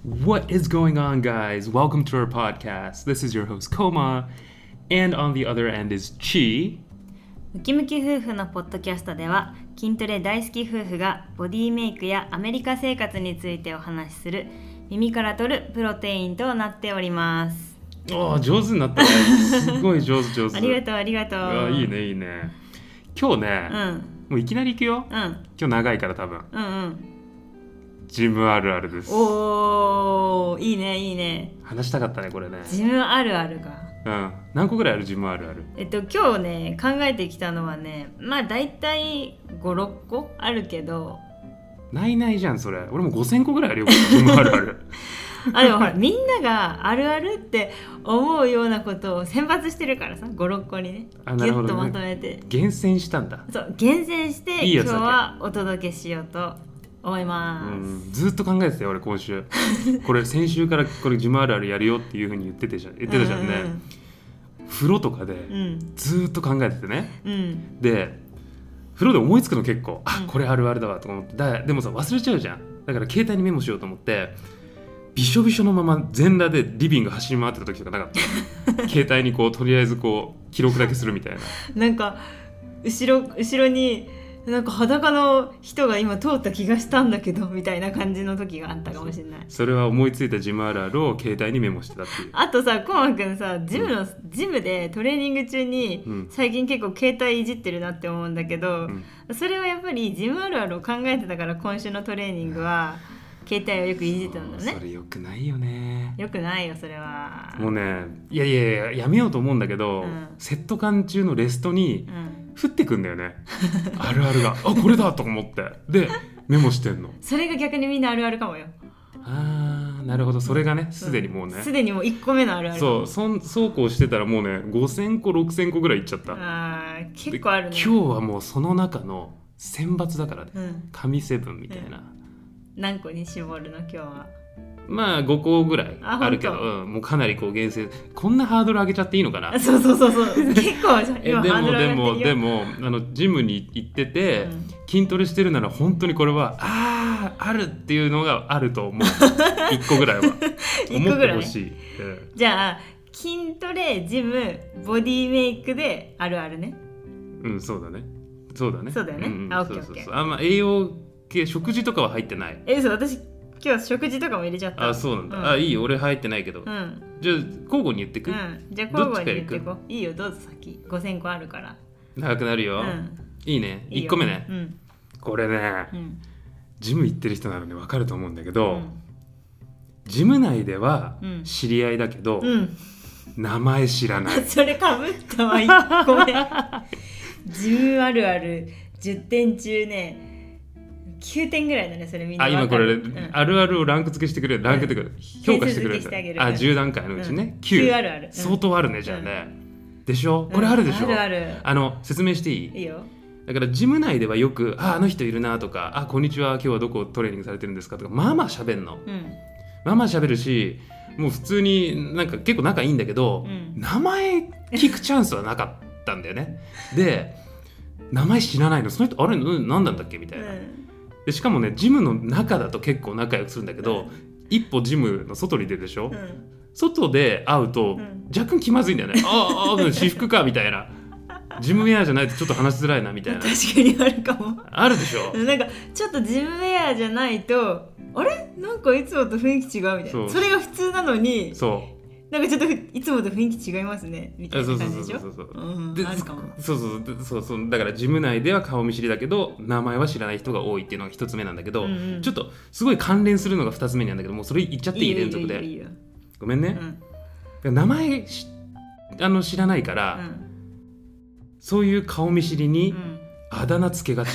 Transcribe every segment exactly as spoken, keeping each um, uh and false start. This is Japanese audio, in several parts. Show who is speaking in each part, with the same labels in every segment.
Speaker 1: What is going on, guys? Welcome to our podcast. This is your host, Koma, and on the other end is Chi.
Speaker 2: ムキムキ夫婦のポッドキャストでは筋トレ大好き夫婦がボディメイクやアメリカ生活についてお話しする耳から取るプロテインとなっております。
Speaker 1: ああ、上手になったね。すごい上手上手。
Speaker 2: ありがとうありがとう。
Speaker 1: あいいねいいね。今日ね、うん、もういきなり行くよ、うん、今日長いから多分、うんうん、ジムあるあるです。
Speaker 2: おーいいねいいね。
Speaker 1: 話したかったねこれね。
Speaker 2: ジムあるあるが
Speaker 1: うん、何個ぐらいあるジムあるある。
Speaker 2: えっと今日ね考えてきたのはね、まあだいたいご、ろっこあるけど。
Speaker 1: ないないじゃんそれ。俺もごせんこぐらいあるよジムあるある。
Speaker 2: あでもほらみんながあるあるって思うようなことを選抜してるからさ、ご、ろっこにねギュッとまとめて、ね、
Speaker 1: 厳選したんだ。
Speaker 2: そう厳選していい今日はお届けしようと思います。
Speaker 1: うんずっと考えてたよ俺今週。これ先週からこれジムあるあるやるよっていう風に言っててじゃん言ってたじゃんね。うんうん風呂とかでずっと考えててね、うん、で風呂で思いつくの結構あこれあるあるだわとか思ってだでもさ忘れちゃうじゃん。だから携帯にメモしようと思ってびしょびしょのまま全裸でリビング走り回ってた時とかなかった携帯にこうとりあえずこう記録だけするみたいな。
Speaker 2: なんか後ろ後ろになんか裸の人が今通った気がしたんだけどみたいな感じの時があったかもしれない。
Speaker 1: そ, それは思いついたジムあるあるを携帯にメモしてたっていう。
Speaker 2: あとさコマくんさジムの、うん、ジムでトレーニング中に、うん、最近結構携帯いじってるなって思うんだけど、うん、それはやっぱりジムあるあるを考えてたから今週のトレーニングは携帯をよくいじってたんだね。
Speaker 1: それよくないよね。
Speaker 2: よくないよそれは。
Speaker 1: もうねいやいやいややめようと思うんだけど、うん、セット間中のレストに、うん降ってくんだよねあるあるがあこれだと思ってでメモしてんの。
Speaker 2: それが逆にみんなあるあるかもよ。
Speaker 1: あーなるほどそれがねすでにもうね
Speaker 2: すで、うん、にもういっこめのあるある。
Speaker 1: そうそそうこうしてたらもうねごせんころくせんこぐらいいっちゃった。
Speaker 2: あ結構あるね。
Speaker 1: 今日はもうその中の選抜だからね、うん、神セブンみたいな、うん、
Speaker 2: 何個に絞るの今日は。
Speaker 1: まあごこぐらいあるけど、うん、もうかなりこう厳選。こんなハードル上げちゃっていいのかな。
Speaker 2: そうそうそうそう結構今ハードル上がってるよ。
Speaker 1: でもでもでもあのジムに行ってて、うん、筋トレしてるなら本当にこれはあーあるっていうのがあると思ういっこぐらいは思ってほしい、うん、
Speaker 2: じゃあ筋トレジムボディメイクであるあるね。
Speaker 1: うんそうだねそうだね
Speaker 2: そうだよね、うんうん、あオッケーオッケー。
Speaker 1: あんま栄養系食事とかは入ってない。
Speaker 2: え嘘私今日食事とかも入れちゃった。
Speaker 1: あそうなんだ、うん、あいいよ俺入ってないけど、うん、じゃあ交互に言ってく、うん、
Speaker 2: じゃあ交互に言ってこいいよどうぞ先ごせんこあるから
Speaker 1: 長くなるよ、うん、いいねいっこめね、うん、これね、うん、ジム行ってる人なので分かると思うんだけど、うん、ジム内では知り合いだけど、うん、名前知らない
Speaker 2: それかぶったわいっこめジムあるあるじゅってん中ねきゅうてんぐらいだねそれみんな。
Speaker 1: あ今これ、うん、あるあるをランク付けしてくれるランクってくる、うん、評価してくれるあじゅう段階のうちね、うん、きゅう, きゅうあるある、うん、相当あるねじゃあね、うん、でしょこれあるでしょ、うん、あるある。あの説明していい？
Speaker 2: いいよ。
Speaker 1: だからジム内ではよくああの人いるなとかあこんにちは今日はどこトレーニングされてるんですかとかまあまあ喋んの、うん、まあまあ喋るしもう普通になんか結構仲いいんだけど、うん、名前聞くチャンスはなかったんだよねで名前知らないのその人あれ何なんだっけみたいな、うんでしかもねジムの中だと結構仲良くするんだけど、うん、一歩ジムの外に出るでしょ、うん、外で会うと、うん、若干気まずいんだよねああ私服かみたいなジムウェアじゃないとちょっと話しづらいなみたいな
Speaker 2: 確かにあるかも
Speaker 1: あるでしょ
Speaker 2: なんかちょっとジムウェアじゃないとあれなんかいつもと雰囲気違うみたいな そ, それが普通なのに
Speaker 1: そう
Speaker 2: なんかちょっといつもと雰囲気違いますねみたいな感じでしょ。そうそう
Speaker 1: そうそうだからジム内では顔見知りだけど名前は知らない人が多いっていうのが一つ目なんだけど、うんうん、ちょっとすごい関連するのが二つ目なんだけどもうそれ言っちゃっていい連続でいいよいいよいいよごめんね、うん、名前あの知らないから、うん、そういう顔見知りに、うん、あだ名つけがち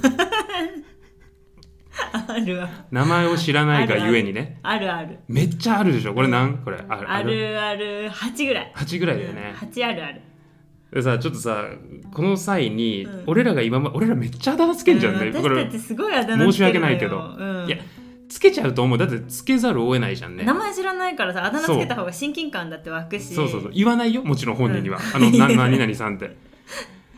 Speaker 2: あるある
Speaker 1: 名前を知らないがゆえにね
Speaker 2: あるある
Speaker 1: めっちゃあるでしょこれ何これある
Speaker 2: あるあるはちぐらい
Speaker 1: はちぐらいだよね、
Speaker 2: うん、はちあるある
Speaker 1: でさちょっとさこの際に、うん、俺らが今ま俺らめっちゃあだ名つけんじゃんね、
Speaker 2: うん、私たちすごいあだ名つけるのよ
Speaker 1: 申し訳ないけど、うん、いやつけちゃうと思うだってつけざるを得ないじゃんね
Speaker 2: 名前知らないからさあだ名つけた方が親近感だって湧くし
Speaker 1: そうそうそう言わないよもちろん本人には、うん、あのな何々さんって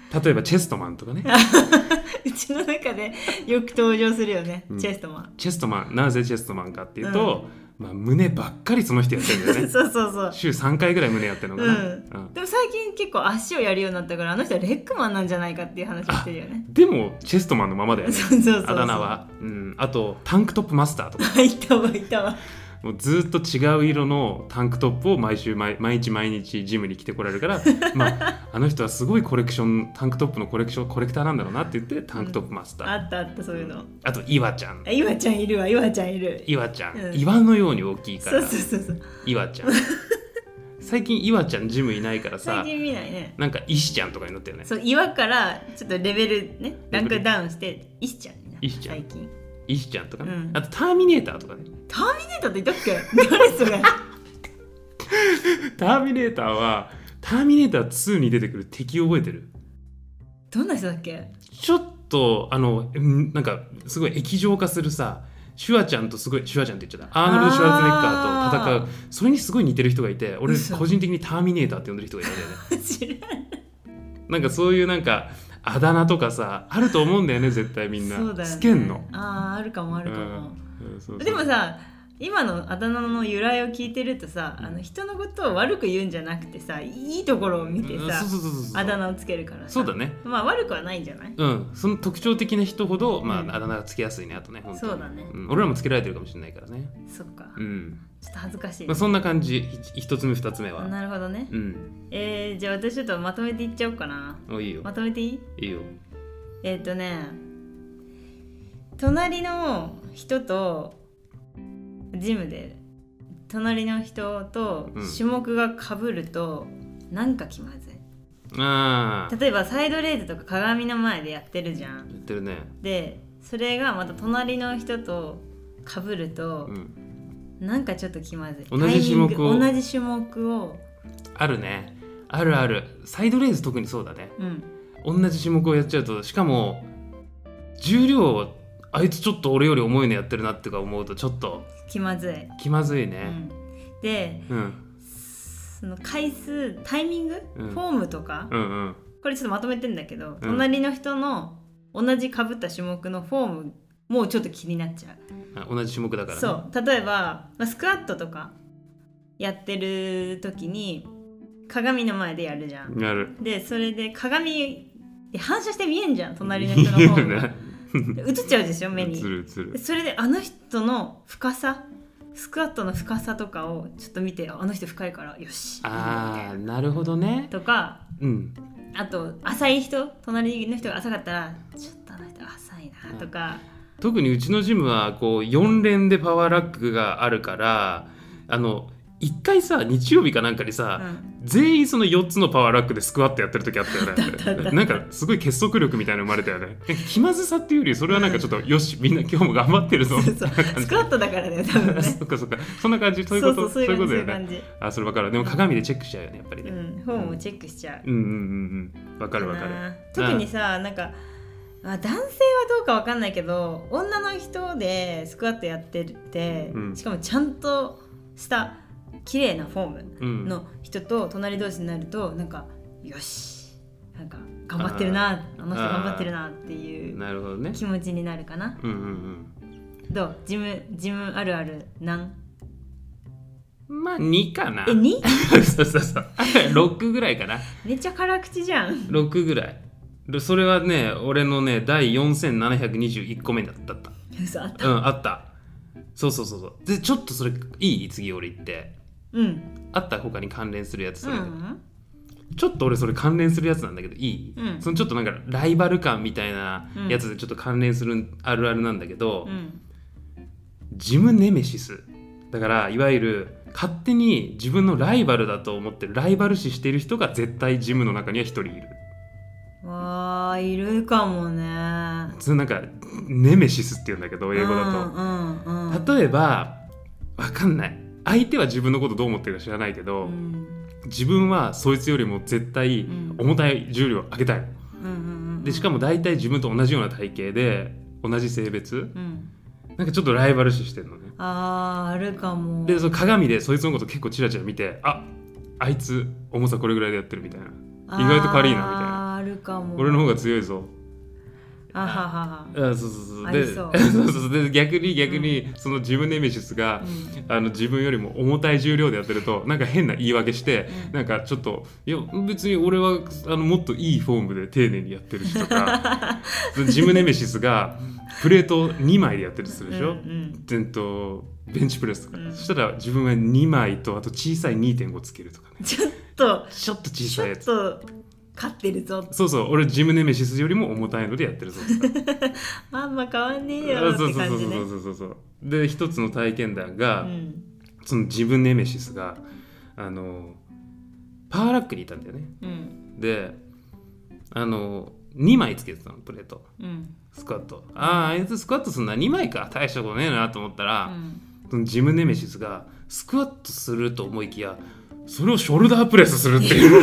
Speaker 1: 例えばチェストマンとかね
Speaker 2: うちの中でよく登場するよね、うん、チェストマン
Speaker 1: チェストマンなぜチェストマンかっていうと、うんまあ、胸ばっかりその人やってるんだよね
Speaker 2: そうそうそう
Speaker 1: 週さんかいぐらい胸やってるのかな、うん
Speaker 2: うん、でも最近結構足をやるようになったからあの人はレッグマンなんじゃないかっていう話をしてるよね。
Speaker 1: でもチェストマンのままだよね
Speaker 2: そうそうそうそう
Speaker 1: あだ名は、うん、あとタンクトップマスターとか
Speaker 2: いたわいたわ
Speaker 1: もうずっと違う色のタンクトップを毎週 毎, 毎日毎日ジムに来てこられるからまああの人はすごいコレクションタンクトップのコレクションコレクターなんだろうなって言ってタンクトップマスター、
Speaker 2: うん、あったあったそういうの。
Speaker 1: あと岩ちゃん
Speaker 2: 岩ちゃんいるわ岩ちゃんいる
Speaker 1: 岩ちゃん、
Speaker 2: うん、
Speaker 1: 岩のように大きいから
Speaker 2: そうそうそうそう
Speaker 1: 岩ちゃん最近岩ちゃんジムいないからさ
Speaker 2: 最近見ないね。
Speaker 1: なんか石ちゃんとかになってるね。
Speaker 2: そう岩からちょっとレベルねランクダウンして石ちゃんになる
Speaker 1: 石ちゃん
Speaker 2: 最近
Speaker 1: 石ちゃんとかね、
Speaker 2: うん、
Speaker 1: あとターミネーターとかね。
Speaker 2: ターミネーターって言ったっけ誰それ
Speaker 1: ターミネーターはターミネーターツーに出てくる敵覚えてる？
Speaker 2: どんな人だっけ？
Speaker 1: ちょっとあのなんかすごい液状化するさシュワちゃんとすごいシュワちゃんって言っちゃったアーノルド・シュワルツェネッガーと戦うそれにすごい似てる人がいて俺個人的にターミネーターって呼んでる人がいたんだよね
Speaker 2: 知らない
Speaker 1: なんかそういうなんかあだ名とかさあると思うんだよね絶対みんな。
Speaker 2: そうだよね、
Speaker 1: つけんの。
Speaker 2: あああるかもあるかも、
Speaker 1: うんそうそう
Speaker 2: でもさ今のあだ名の由来を聞いてるとさ、あの人のことを悪く言うんじゃなくてさいいところを見てさあだ名をつけるからさ
Speaker 1: そうだね。
Speaker 2: まあ悪くはないんじゃない？
Speaker 1: うんその特徴的な人ほど、まあ
Speaker 2: うん、
Speaker 1: あだ名がつけやすいねあとね本当に
Speaker 2: そうだね、
Speaker 1: うん、俺らもつけられてるかもしれないからね。
Speaker 2: そっか、
Speaker 1: うん、
Speaker 2: ちょっと恥ずかしい、ね
Speaker 1: まあ、そんな感じ一つ目二つ目は。
Speaker 2: なるほどね、
Speaker 1: うん、
Speaker 2: えー、じゃあ私ちょっとまとめていっちゃおうかな。
Speaker 1: おいいよ
Speaker 2: まとめていい？
Speaker 1: いいよ。
Speaker 2: えっ、ー、とね隣の人とジムで隣の人と種目が被るとなんか気まずい、
Speaker 1: うん、あ
Speaker 2: 例えばサイドレーズとか鏡の前でやってるじゃん。や
Speaker 1: ってるね。
Speaker 2: でそれがまた隣の人と被ると、うん、なんかちょっと気まずい。
Speaker 1: 同じ種目を
Speaker 2: 同じ種目を
Speaker 1: あるねあるあるサイドレーズ特にそうだね、うん、同じ種目をやっちゃうとしかも重量あいつちょっと俺より重いのやってるなってか思うとちょっと
Speaker 2: 気まずい
Speaker 1: 気まずいね、
Speaker 2: うん、で、うん、その回数タイミング、うん、フォームとか、うんうん、これちょっとまとめてんだけど、うん、隣の人の同じ被った種目のフォームもうちょっと気になっちゃう。
Speaker 1: あ同じ種目だから、ね、
Speaker 2: そう例えばスクワットとかやってる時に鏡の前でやるじゃん。
Speaker 1: やる。
Speaker 2: でそれで鏡で反射して見えんじゃん隣の人の方が映っちゃうでしょ目に。
Speaker 1: 映る映る。
Speaker 2: それであの人の深さスクワットの深さとかをちょっと見てあの人深いからよし
Speaker 1: あーなるほどね
Speaker 2: とか、
Speaker 1: うん、
Speaker 2: あと浅い人隣の人が浅かったらちょっとあの人浅いなとか。
Speaker 1: 特にうちのジムはこうよん連でパワーラックがあるからあのいっかいさ日曜日かなんかにさ、うん、全員そのよっつのパワーラックでスクワットやってる時あったよねなんかすごい結束力みたいなの生まれたよね。気まずさっていうよりそれはなんかちょっと、うん、よしみんな今日も頑張ってるぞ
Speaker 2: そうそうスクワットだからね多分ね
Speaker 1: そっかそっかそんな感じそういうこと
Speaker 2: そういうこと
Speaker 1: だよね。あそれ分かる。でも鏡でチェックしちゃうよねやっぱりね、
Speaker 2: うん、フォームもチェックしちゃう。
Speaker 1: うんうんうんうん分かる分かる。
Speaker 2: 特にさなんかあ男性はどうか分かんないけど女の人でスクワットやってて、うん、しかもちゃんとした綺麗なフォームの人と隣同士になるとなんかよしなんか頑張ってるな あ, あの人頑張ってるなっていう気持ちになるかな。うんうんうん、どうジムジムあるある何？
Speaker 1: まあにかな。
Speaker 2: え に？
Speaker 1: そうそうそうろくぐらいかな。
Speaker 2: めっちゃ辛口じゃん。
Speaker 1: ろくぐらい。それはね俺のね第よんせんななひゃくにじゅういっこめだった。
Speaker 2: 嘘あった？
Speaker 1: うんあった。そうそうそうそう。でちょっとそれいい次俺言って。うん。あった他に関連するやつそれで、うん、ちょっと俺それ関連するやつなんだけどいい、うん、そのちょっとなんかライバル感みたいなやつでちょっと関連するあるあるなんだけど、うん、ジムネメシスだからいわゆる勝手に自分のライバルだと思ってるライバル視している人が絶対ジムの中には一人いる。
Speaker 2: わーいるかもね。
Speaker 1: そのなんかネメシスって言うんだけど英語だと、うんうんうん、例えばわかんない相手は自分のことどう思ってるか知らないけど、うん、自分はそいつよりも絶対重たい重量を上げたい、うん、でしかも大体自分と同じような体型で同じ性別、うん、なんかちょっとライバル視してるのね。
Speaker 2: あーあるかも。
Speaker 1: でその鏡でそいつのこと結構チラチラ見てああいつ重さこれぐらいでやってるみたいな意外と軽いなみたいな。
Speaker 2: あるかも。
Speaker 1: 俺の方が強いぞ。
Speaker 2: あはは
Speaker 1: はあ、そうそうそうでそうそうそうで逆に逆に、うん、その自分ネメシスが、うん、あの自分よりも重たい重量でやってるとなんか変な言い訳して、うん、なんかちょっといや別に俺はあのもっといいフォームで丁寧にやってるしとか自分ネメシスがプレートにまいでやってるとするでしょ、うんうん、とベンチプレスとか、うん、そしたら自分はにまいとあと小さい にてんご つけるとかね、
Speaker 2: ちょっと
Speaker 1: ちょっと小さいやつ、
Speaker 2: ちょっと勝ってるぞ。
Speaker 1: そうそう、俺ジムネメシスよりも重たいのでやってるぞ
Speaker 2: まあまあ変わんねえよって感じね。
Speaker 1: そうそうそうそうそうで一つの体験談が、うん、そのジムネメシスがあのパワーラックにいたんだよね、うん、であのにまいつけてたのプレート、うん、スクワット、あああいつスクワットすんなにまいか大したことねえなと思ったら、うん、そのジムネメシスがスクワットすると思いきやそれをショルダープレスするっていう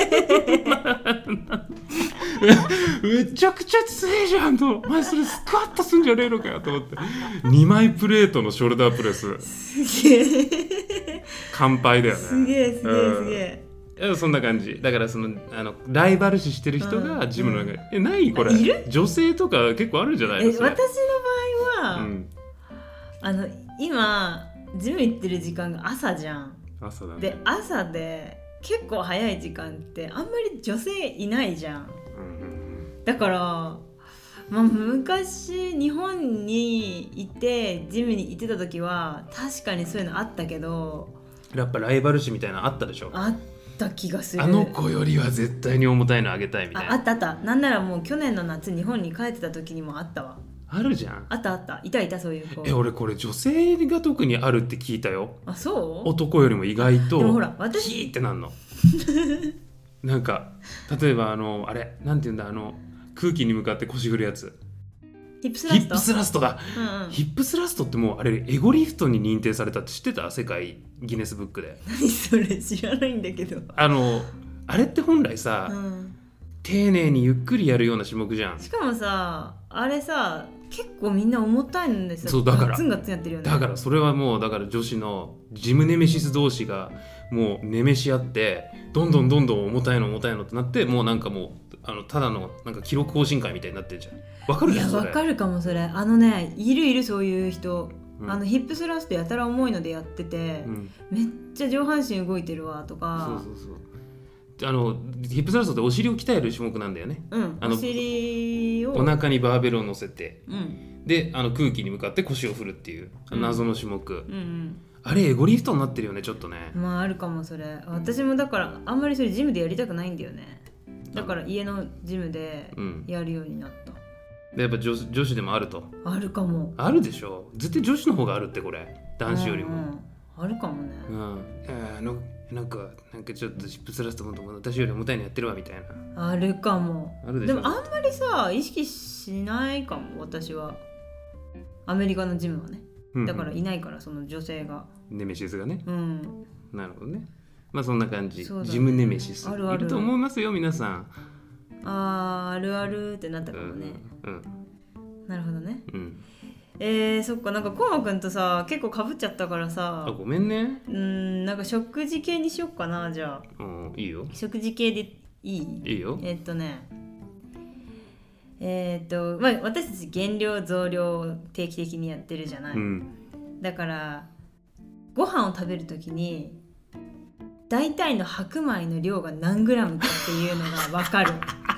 Speaker 1: めちゃくちゃ強いじゃんと、お前それスクワットすんじゃねえのかよと思ってにまいプレートのショルダープレス
Speaker 2: すげえ
Speaker 1: 乾杯だよね。
Speaker 2: すげえすげえすげ
Speaker 1: え、うん、そんな感じだからそのあのライバル視してる人がジムの中で、うん、えないこれ
Speaker 2: いる
Speaker 1: 女性とか結構あるんじゃないですか。
Speaker 2: 私の場合は、うん、あの今ジム行ってる時間が朝じゃん。
Speaker 1: 朝だね。
Speaker 2: で朝で結構早い時間ってあんまり女性いないじゃん、うんうん、だから、まあ、昔日本にいてジムに行ってた時は確かにそういうのあったけど、
Speaker 1: やっぱライバル視みたいなのあったでしょ。
Speaker 2: あった気がする。
Speaker 1: あの子よりは絶対に重たいのあげたいみたいな。
Speaker 2: あ, あったあった。なんならもう去年の夏日本に帰ってた時にもあったわ。
Speaker 1: あるじゃん。
Speaker 2: あったあった。いたいたそういう子。
Speaker 1: え、俺これ女性が特にあるって聞いたよ。
Speaker 2: あ、そう？
Speaker 1: 男よりも意外と
Speaker 2: でもほら私
Speaker 1: キーってなんのなんか例えばあのあれなんていうんだ、あの空気に向かって腰振るやつ、
Speaker 2: ヒップスラスト。
Speaker 1: ヒップスラストだ、うんうん、ヒップスラストってもうあれエゴリフトに認定されたって知ってた？世界ギネスブックで。
Speaker 2: 何それ知らないんだけど。
Speaker 1: あのあれって本来さ、うん、丁寧にゆっくりやるような種目じゃん。
Speaker 2: しかもさあれさ結構みんな重たいんですよ。
Speaker 1: そうだから
Speaker 2: ガッツンガッツンやってるよね。
Speaker 1: だからそれはもうだから女子のジムネメシス同士がもうネメし合ってどんどんどんどん重たいの重たいのってなって、もうなんかもうあのただのなんか記録更新会みたいになってるじゃん。わかるじゃん。
Speaker 2: いやわかるかもそれ。あのねいるいるそういう人、うん、あのヒップスラストやたら重いのでやってて、うん、めっちゃ上半身動いてるわとか。
Speaker 1: そうそうそう。あのヒップスラストってお尻を鍛える種目なんだよね、
Speaker 2: うん、
Speaker 1: あの
Speaker 2: お尻を
Speaker 1: お腹にバーベルを乗せて、うん、であの空気に向かって腰を振るっていう謎の種目、うんうんうん、あれエゴリフトになってるよねちょっとね。
Speaker 2: まああるかもそれ。私もだからあんまりそれジムでやりたくないんだよね。だから家のジムでやるようになった、うん、
Speaker 1: でやっぱ 女, 女子でもあると。
Speaker 2: あるかも。
Speaker 1: あるでしょ。絶対女子の方があるってこれ男子よりも、うんうん、
Speaker 2: あるかもね、
Speaker 1: うん、あのなんかなんかちょっとヒップスラストも私より重たいのやってるわみたい
Speaker 2: な。あるかも。
Speaker 1: あるでしょ。
Speaker 2: でもあんまりさ意識しないかも私は。アメリカのジムはね、うんうん、だからいないからその女性が
Speaker 1: ネメシスがね、
Speaker 2: うん、
Speaker 1: なるほどね。まあそんな感じ、ね、ジムネメシスあるあるいると思いますよ皆さん。
Speaker 2: あーあるあるってなったかもね、うんうん、なるほどね、うん、えー、そっか。なんかコウマくんとさ結構かぶっちゃったからさ。
Speaker 1: あ、ごめんね。
Speaker 2: うーん、なんか食事系にしよっかな。じゃあ、
Speaker 1: うん、いいよ。
Speaker 2: 食事系でいい？
Speaker 1: いいよ。
Speaker 2: えー、っとねえー、っと、まあ、私たち減量増量を定期的にやってるじゃない、うん、だからご飯を食べるときに大体の白米の量が何グラムかっていうのが分かる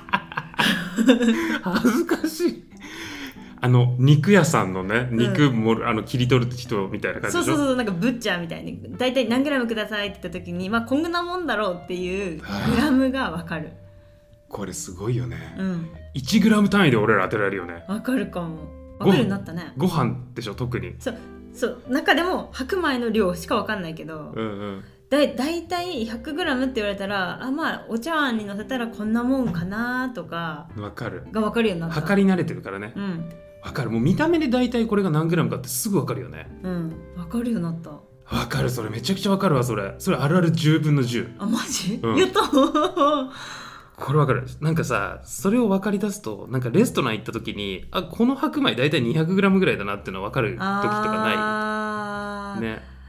Speaker 1: 恥ずかしい。あの肉屋さんのね肉も、うん、あの切り取る人みたいな感じでしょ。
Speaker 2: そうそうそう、なんかブッチャーみたいに大体何グラムくださいって言った時に、まあこんなもんだろうっていうグラムが分かる。
Speaker 1: これすごいよね、
Speaker 2: うん、
Speaker 1: いちグラム単位で俺ら当てられるよね。
Speaker 2: 分かるかも。分かるようになったね。
Speaker 1: ご飯でしょ特に。
Speaker 2: そうそう中でも白米の量しか分かんないけど、うんうん、だ, だいたい ひゃくグラム って言われたら、あ、まあお茶碗にのせたらこんなもんかなとか
Speaker 1: 分かる
Speaker 2: が分かるようになった。
Speaker 1: 測り慣れてるからね、うん、分かる。もう見た目でだいたいこれが何グラムかってすぐ分かるよね。
Speaker 2: うん、分かるようになった。
Speaker 1: 分かる。それめちゃくちゃ分かるわ。それそれあるあるじゅうぶんのじゅう。
Speaker 2: あ、マジ、
Speaker 1: うん、
Speaker 2: やった
Speaker 1: これ分かる。なんかさそれを分かり出すと、なんかレストラン行った時に、あ、この白米だいたい にひゃくグラム ぐらいだなっていうの分かる時とかない？
Speaker 2: あ、
Speaker 1: ね、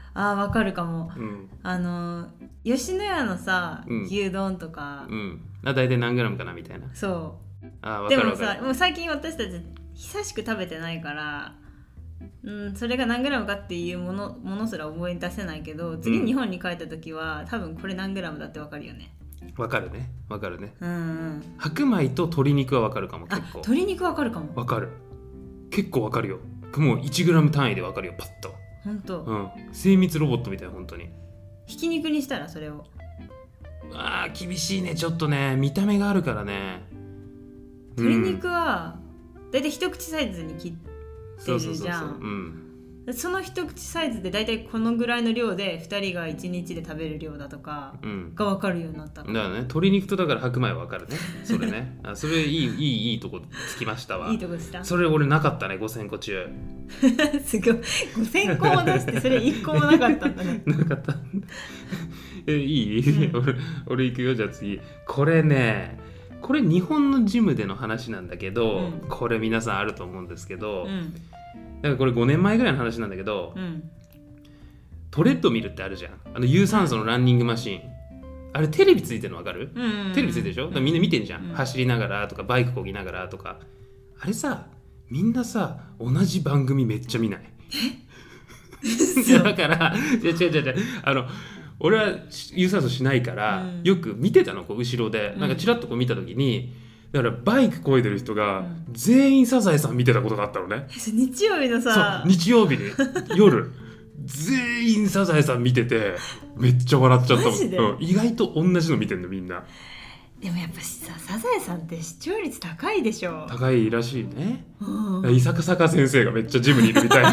Speaker 2: あーわかるかも、
Speaker 1: うん、
Speaker 2: あの吉野家のさ、うん、牛丼とか、
Speaker 1: うん、あ大体何グラムかなみたいな。
Speaker 2: そう
Speaker 1: あ分かる分かる。
Speaker 2: でもさもう最近私たち久しく食べてないから、うん、それが何グラムかっていうものものすら思い出せないけど、次日本に帰った時は、うん、多分これ何グラムだって分かるよね。
Speaker 1: 分かるね分かるね、
Speaker 2: うんうん、
Speaker 1: 白米と鶏肉は分かるかも。結構
Speaker 2: 鶏肉分かるかも。
Speaker 1: 分かる結構分かるよ。もういちグラム単位で分かるよパッと。
Speaker 2: 本当、
Speaker 1: うん、精密ロボットみたい本当に。
Speaker 2: ひき肉にしたらそれを
Speaker 1: あー厳しいねちょっとね見た目があるからね。
Speaker 2: 鶏肉はだいたい一口サイズに切ってるじゃん。その一口サイズでだいたいこのぐらいの量でふたりがいちにちで食べる量だとかが分かるようになったから、
Speaker 1: うん、だからね鶏肉とだから白米は分かるねそれねあそれいいいいいいとこつきましたわ。
Speaker 2: いいとこした。そ
Speaker 1: れ俺なかったねごせんこ中
Speaker 2: すごいごせんこも出してそれいっこもなかったんだね
Speaker 1: なかったえいい、うん、俺, 俺行くよ。じゃあ次これねこれ日本のジムでの話なんだけど、うん、これ皆さんあると思うんですけど、うん、だからこれごねんまえぐらいの話なんだけど、うん、トレッドミルってあるじゃん。あの有酸素のランニングマシーン、あれテレビついてるの分かる、うんうん、テレビついてるでしょ、だからみんな見てんじゃん、うん、走りながらとかバイクこぎながらとか。あれさみんなさ同じ番組めっちゃ見ないいやだから違う違う違う違うあの俺は有酸素しないから、うん、よく見てたのこう後ろでなんかチラッとこう見た時に、だからバイク漕いでる人が全員サザエさん見てたことがあったのね、
Speaker 2: うん、日曜日のさ
Speaker 1: そう日曜日に夜全員サザエさん見ててめっちゃ笑っちゃったもん。マジで、うん、意外と同じの見てんのみんな。
Speaker 2: でもやっぱさサザエさんって視聴率高いでしょ。
Speaker 1: 高いらしいね、うん、伊坂坂先生がめっちゃジムにいるみたい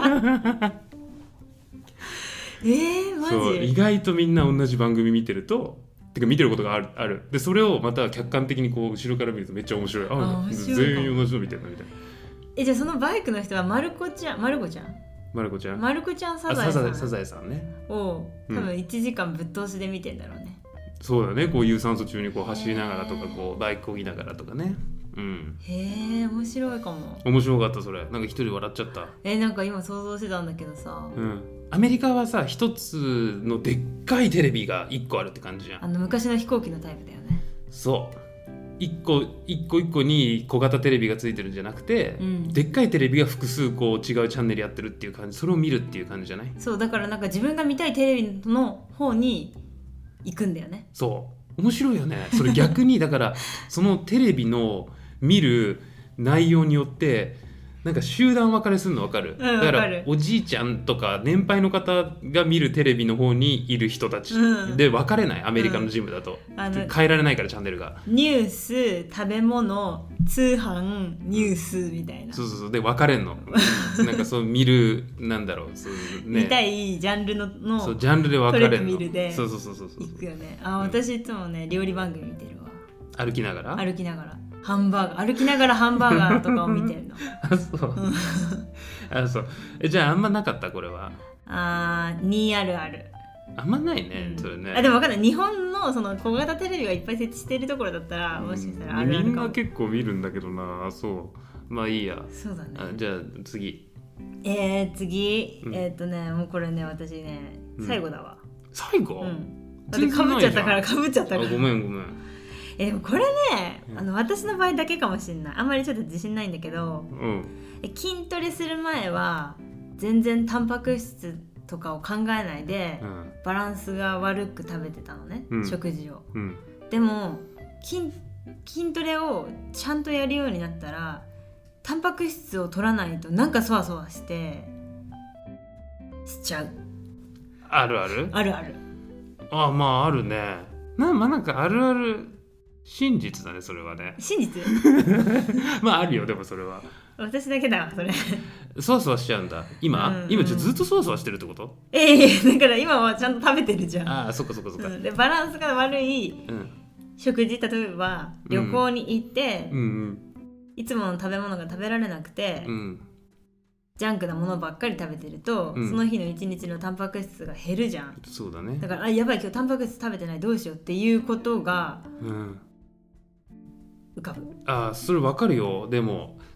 Speaker 2: えー、マジ
Speaker 1: そう意外とみんな同じ番組見てるとてか見てることがある、あるでそれをまた客観的にこう後ろから見るとめっちゃ面白い。ああ面白い全員同じの見てるのみたいな。
Speaker 2: えじゃあそのバイクの人はまる子ちゃんまる子ちゃん
Speaker 1: まる子ちゃん
Speaker 2: まる子ちゃんサザエさん
Speaker 1: サザエさんね
Speaker 2: を多分いちじかんぶっ通しで見てんだろうね、
Speaker 1: うん、そうだねこう有酸素中にこう走りながらとかこうバイクこぎながらとかね。うん、
Speaker 2: へえ面白いかも。
Speaker 1: 面白かったそれ。なんか一人笑っちゃった。
Speaker 2: えなんか今想像してたんだけどさ、
Speaker 1: うん、アメリカはさ一つのでっかいテレビが一個あるって感じじゃん。
Speaker 2: あの昔の飛行機のタイプだよね。
Speaker 1: そう一個一個一個に小型テレビがついてるんじゃなくて、うん、でっかいテレビが複数こう違うチャンネルやってるっていう感じ。それを見るっていう感じじゃない？
Speaker 2: そうだからなんか自分が見たいテレビの方に行くんだよね。
Speaker 1: そう面白いよねそれ逆にだからそのテレビの見る内容によってなんか集団分かれするの分かる、うん、だからおじいちゃんとか年配の方が見るテレビの方にいる人たちで分かれない、うん、アメリカのジムだと、うん、変えられないからチャンネルが
Speaker 2: ニュース食べ物通販ニュースみたいな、
Speaker 1: そうそうそうで分かれんのなんかそう見るなんだろうそう、
Speaker 2: ね、見たいジャンル の, の
Speaker 1: そうジャンルで分かれんの。
Speaker 2: トレッドミルで
Speaker 1: そうそうそうそうそう
Speaker 2: 行くよね。あ私いつもね料理番組見てるわ。
Speaker 1: 歩きながら
Speaker 2: 歩きながらハンバーガー歩きながらハンバーガーとかを見てるの
Speaker 1: あそうあそうえじゃああんまなかったこれは。
Speaker 2: あーにあるある
Speaker 1: あんまないね、
Speaker 2: うん、
Speaker 1: それね。
Speaker 2: あでも分かんない日本のその小型テレビがいっぱい設置してるところだったら、うん、もしかしたらあるあるかも。
Speaker 1: みんな結構見るんだけどな。そうまあいいや。
Speaker 2: そうだね。
Speaker 1: あじゃあ次
Speaker 2: えー、次、うん、えー、っとねもうこれね私ね最後だわ、
Speaker 1: うん、最後、
Speaker 2: うん、だってかぶっちゃったからかぶっちゃったから
Speaker 1: あごめんごめん。
Speaker 2: えでもこれね、うん、あの私の場合だけかもしれない。あんまりちょっと自信ないんだけど、うん、え筋トレする前は全然タンパク質とかを考えないで、うん、バランスが悪く食べてたのね、うん、食事を、うん、でも 筋, 筋トレをちゃんとやるようになったらタンパク質を取らないとなんかそわそわしてしちゃう。
Speaker 1: あるある
Speaker 2: あるある
Speaker 1: あまああるね。なまあなんかあるある真実だねそれはね。
Speaker 2: 真実
Speaker 1: まああるよでもそれは
Speaker 2: 私だけだわそれ
Speaker 1: そわそわしちゃうんだ今、うんうん、今ちょずっとそわそわしてるってこと？
Speaker 2: ええー、だから今はちゃんと食べてるじゃん。
Speaker 1: ああそっかそっかそっか、
Speaker 2: うん、でバランスが悪い食事、例えば旅行に行って、うんうんうん、いつもの食べ物が食べられなくて、うん、ジャンクなものばっかり食べてると、うん、その日の一日のタンパク質が減るじゃん。
Speaker 1: そうだね。
Speaker 2: だからあやばい今日タンパク質食べてないどうしようっていうことが、うん浮かぶ。
Speaker 1: あそれ分かるよ。でも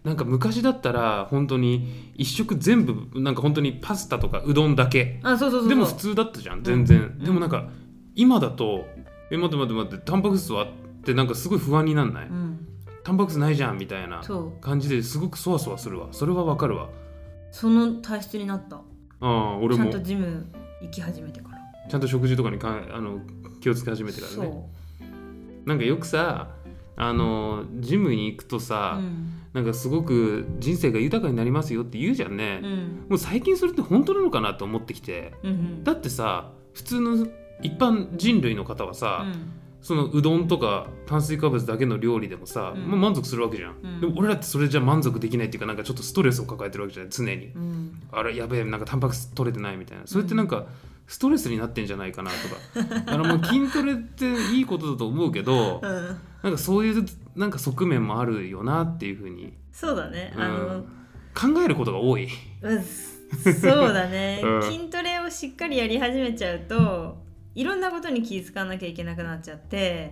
Speaker 1: なんか昔だったら本当に一食全部なんか本当にパスタとかうどんだけ、
Speaker 2: あ、そうそうそうそう、
Speaker 1: でも普通だったじゃん全然、
Speaker 2: うん、
Speaker 1: でもなんか今だとえ待って待って待ってタンパク質はってなんかすごい不安になんない、うん、タンパク質ないじゃんみたいな感じですごくそわそわするわ。それはわかるわ。
Speaker 2: その体質になった。
Speaker 1: ああ、俺も
Speaker 2: ちゃんとジム行き始めてから、
Speaker 1: ちゃんと食事とかにかあの気をつけ始めてからね。なんかよくさあのジムに行くとさ、うん、なんかすごく人生が豊かになりますよって言うじゃんね、うん、もう最近それって本当なのかなと思ってきて、うんうん、だってさ普通の一般人類の方はさ、うん、そのうどんとか炭水化物だけの料理でもさ、うん、もう満足するわけじゃん、うん、でも俺らってそれじゃ満足できないっていうか、なんかちょっとストレスを抱えてるわけじゃない常に、うん、あれやべえなんかタンパク質取れてないみたいな、それってなんかストレスになってんじゃないかなとかだからもう筋トレっていいことだと思うけど、うん、なんかそういうなんか側面もあるよなっていうふうに。
Speaker 2: そうだね、
Speaker 1: うん、あの考えることが多い、
Speaker 2: うん、そうだね、うん、筋トレをしっかりやり始めちゃうといろんなことに気づかなきゃいけなくなっちゃって、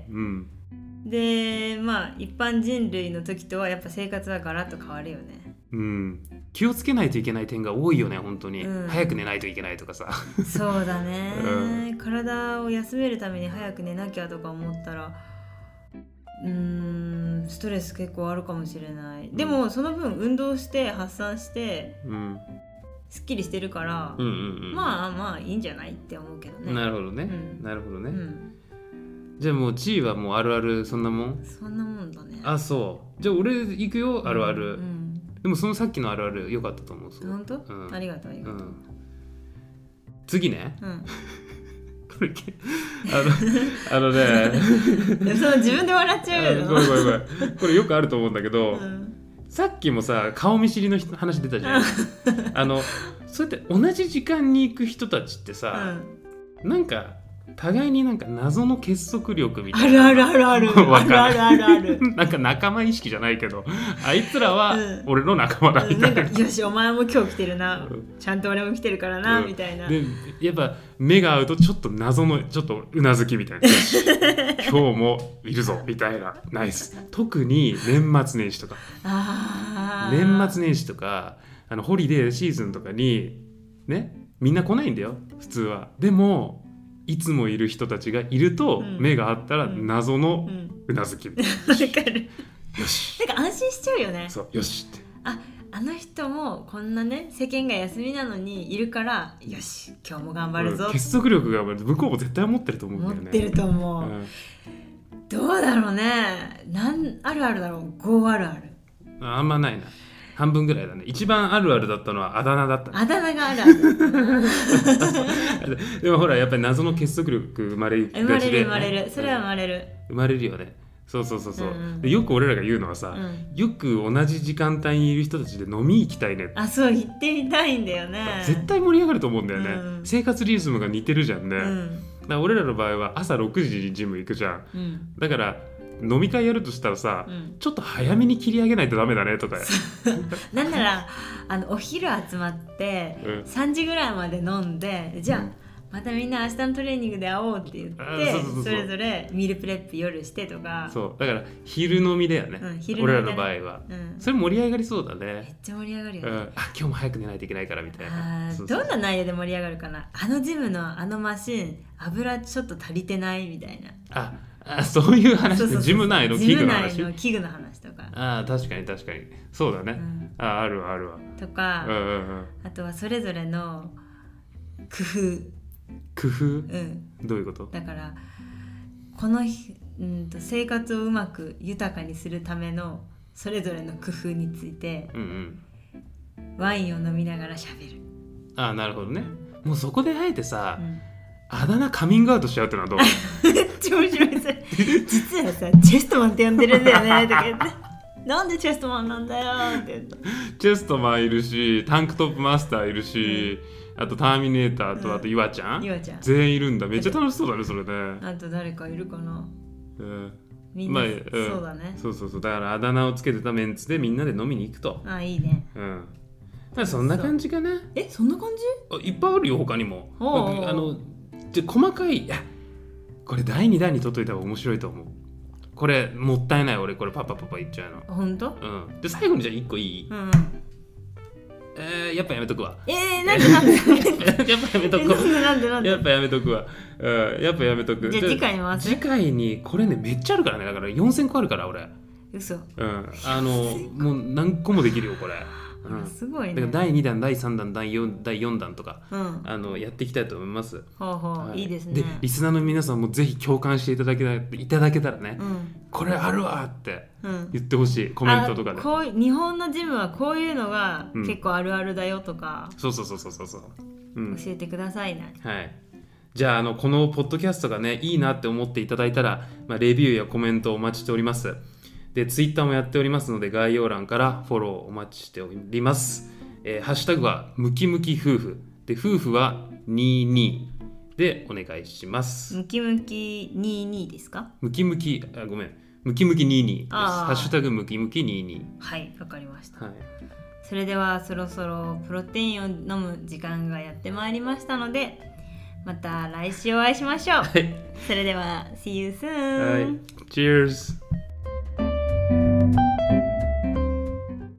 Speaker 2: うん、でまあ一般人類の時とはやっぱ生活はガラッと変わるよね、
Speaker 1: うん、気をつけないといけない点が多いよね本当に、うん、早く寝ないといけないとかさ
Speaker 2: そうだね、うん、体を休めるために早く寝なきゃとか思ったらうーんストレス結構あるかもしれない、うん、でもその分運動して発散して、うん、すっきりしてるから、うんうんうん、まあまあいいんじゃないって思うけどね。
Speaker 1: なるほどね、うん、なるほどね、うん、じゃあもう地位はもうあるあるそんなもん
Speaker 2: そんなもんだね。
Speaker 1: あ、そうじゃあ俺行くよあるある、うんうん、でもそのさっきのあるある良かったと思う。
Speaker 2: 本当、うん、ありがとうありがとう、うん、
Speaker 1: 次ね、うんこれあの、あのね
Speaker 2: その自分で笑っちゃうよ。
Speaker 1: ごめんごめんごめんこれよくあると思うんだけど、うん、さっきもさ顔見知りの話出たじゃんあのそうやって同じ時間に行く人たちってさ、うん、なんか互いになんか謎の結束力みたいな
Speaker 2: あるあるあるあるあるあるあるある
Speaker 1: なんか仲間意識じゃないけどあいつらは俺の仲間だみたいな、うん、なんか
Speaker 2: よしお前も今日来てるな、うん、ちゃんと俺も来てるからな、うん、みたいな。
Speaker 1: でやっぱ目が合うとちょっと謎のちょっとうなずきみたいな今日もいるぞみたいなナイス。特に年末年始とかあ年末年始とかあのホリデーシーズンとかにねみんな来ないんだよ普通は。でもいつもいる人たちがいると、うん、目が合ったら謎のうなずき、うんうん、
Speaker 2: 分かるよしなんか安心しちゃうよね。
Speaker 1: そうよしって
Speaker 2: ああの人もこんなね世間が休みなのにいるからよし今日も頑張るぞ、
Speaker 1: うん、結束力が向こうも絶対持ってると思うんだよね。
Speaker 2: 持ってると思う、うん、どうだろうね。なんあるあるだろうごあるある
Speaker 1: あ, あんまないな。半分ぐらいだね。一番あるあるだったのはあだ名だった、ね、
Speaker 2: あだ名があるある
Speaker 1: でもほらやっぱり謎の結束力生まれがちで、ね、
Speaker 2: 生まれる生まれるそれは生まれる、
Speaker 1: 生まれるよね。そうそうそうそう、うん、でよく俺らが言うのはさ、うん、よく同じ時間帯にいる人たちで飲み行きたいね。
Speaker 2: あ、そう行ってみたいんだよね。
Speaker 1: 絶対盛り上がると思うんだよね、うん、生活リズムが似てるじゃんね、うん、だから俺らの場合は朝ろくじにジム行くじゃん、うん、だから飲み会やるとしたらさ、うん、ちょっと早めに切り上げないとダメだねとか
Speaker 2: なんならあのお昼集まって、うん、さんじぐらいまで飲んでじゃあ、うん、またみんな明日のトレーニングで会おうって言ってそうそうそうそう、それぞれミルプレップ夜してとか。
Speaker 1: そうだから昼飲みだよね、うん、昼飲みだね、俺らの場合は、うん、それ盛り上がりそうだね。
Speaker 2: めっちゃ盛り上がるよ、ね、うん、
Speaker 1: あ今日も早く寝ないといけないからみたいな。
Speaker 2: あそうそうそう、どんな内容で盛り上がるかな。あのジムのあのマシン油ちょっと足りてないみたいな。
Speaker 1: ああそういう話でジム内の器具の話。
Speaker 2: ジム内の器具の話とか。
Speaker 1: あ確かに確かにそうだね、うん、ああるわあるわ
Speaker 2: とか、うんうんうん、あとはそれぞれの工夫
Speaker 1: 工夫、うん、どういうこと？
Speaker 2: だからこの日、うんと生活をうまく豊かにするためのそれぞれの工夫について、うんうん、ワインを飲みながら喋る。
Speaker 1: ああなるほどね、うん、もうそこであえてさ、うんあだ名カミングアウトしちゃうってのはどう？
Speaker 2: めっちゃ面白いそれ実はさチェストマンって呼んでるんだよねとか言ってなんでチェストマンなんだよって言って
Speaker 1: チェストマンいるしタンクトップマスターいるし、うん、あとターミネーターと、うん、あとイワちゃん、
Speaker 2: イワちゃん
Speaker 1: 全員いるんだ。めっちゃ楽しそうだねそれね。
Speaker 2: あと誰かいるかな、うん、みん
Speaker 1: な、
Speaker 2: まあうん、そうだね。
Speaker 1: そうそうそうだからあだ名をつけてたメンツでみんなで飲みに行くと。
Speaker 2: あいいね、
Speaker 1: うんだそんな感じかな。
Speaker 2: えそんな感
Speaker 1: じ？いっぱいあるよ他にも。おうおうあのじゃ細かいいやこれだいにだんに取っといた方が面白いと思う。 これもったいない。俺これパパパパ言っちゃうの。
Speaker 2: ほんと？
Speaker 1: うん。で最後にじゃあいっこいい？
Speaker 2: うん、
Speaker 1: えー、やっぱやめとくわ。
Speaker 2: えー、なんでなんで
Speaker 1: やっぱやめとくわ。
Speaker 2: なんでなんで
Speaker 1: やっぱやめとくわ。うん、やっぱやめとく。
Speaker 2: じゃあ次回に回す？
Speaker 1: 次回にこれねめっちゃあるからね。だからよんせんこあるから俺。
Speaker 2: 嘘。
Speaker 1: うん。あのもう何個もできるよこれ。うん、
Speaker 2: すごいね。
Speaker 1: だからだいにだんだいさんだんだいよんだんとか、
Speaker 2: うん、
Speaker 1: あのやっていきたいと思います。
Speaker 2: ほうほう、はい、いいですね。
Speaker 1: でリスナーの皆さんもぜひ共感していただけたいただけたらね、
Speaker 2: うん、
Speaker 1: これあるわって言ってほしい、うん、コメントとかで。
Speaker 2: こう日本のジムはこういうのが結構あるあるだよとか、
Speaker 1: うん、そうそうそうそうそう、うん、
Speaker 2: 教えてくださいね。
Speaker 1: はい。じゃあ、あのこのポッドキャストがねいいなって思っていただいたら、まあ、レビューやコメントをお待ちしております。でツイッターもやっておりますので概要欄からフォローお待ちしております。えー、ハッシュタグはムキムキ夫婦で、夫婦はにじゅうにでお願いします。
Speaker 2: ムキムキにじゅうにですか？
Speaker 1: ムキムキ、あ、ごめん、ムキムキにじゅうにです。ハッシュタグムキムキにじゅうに。はい、
Speaker 2: わかりました、はい。それではそろそろプロテインを飲む時間がやってまいりましたので、また来週お会いしましょう。はい、それでは See you soon、はい、
Speaker 1: Cheers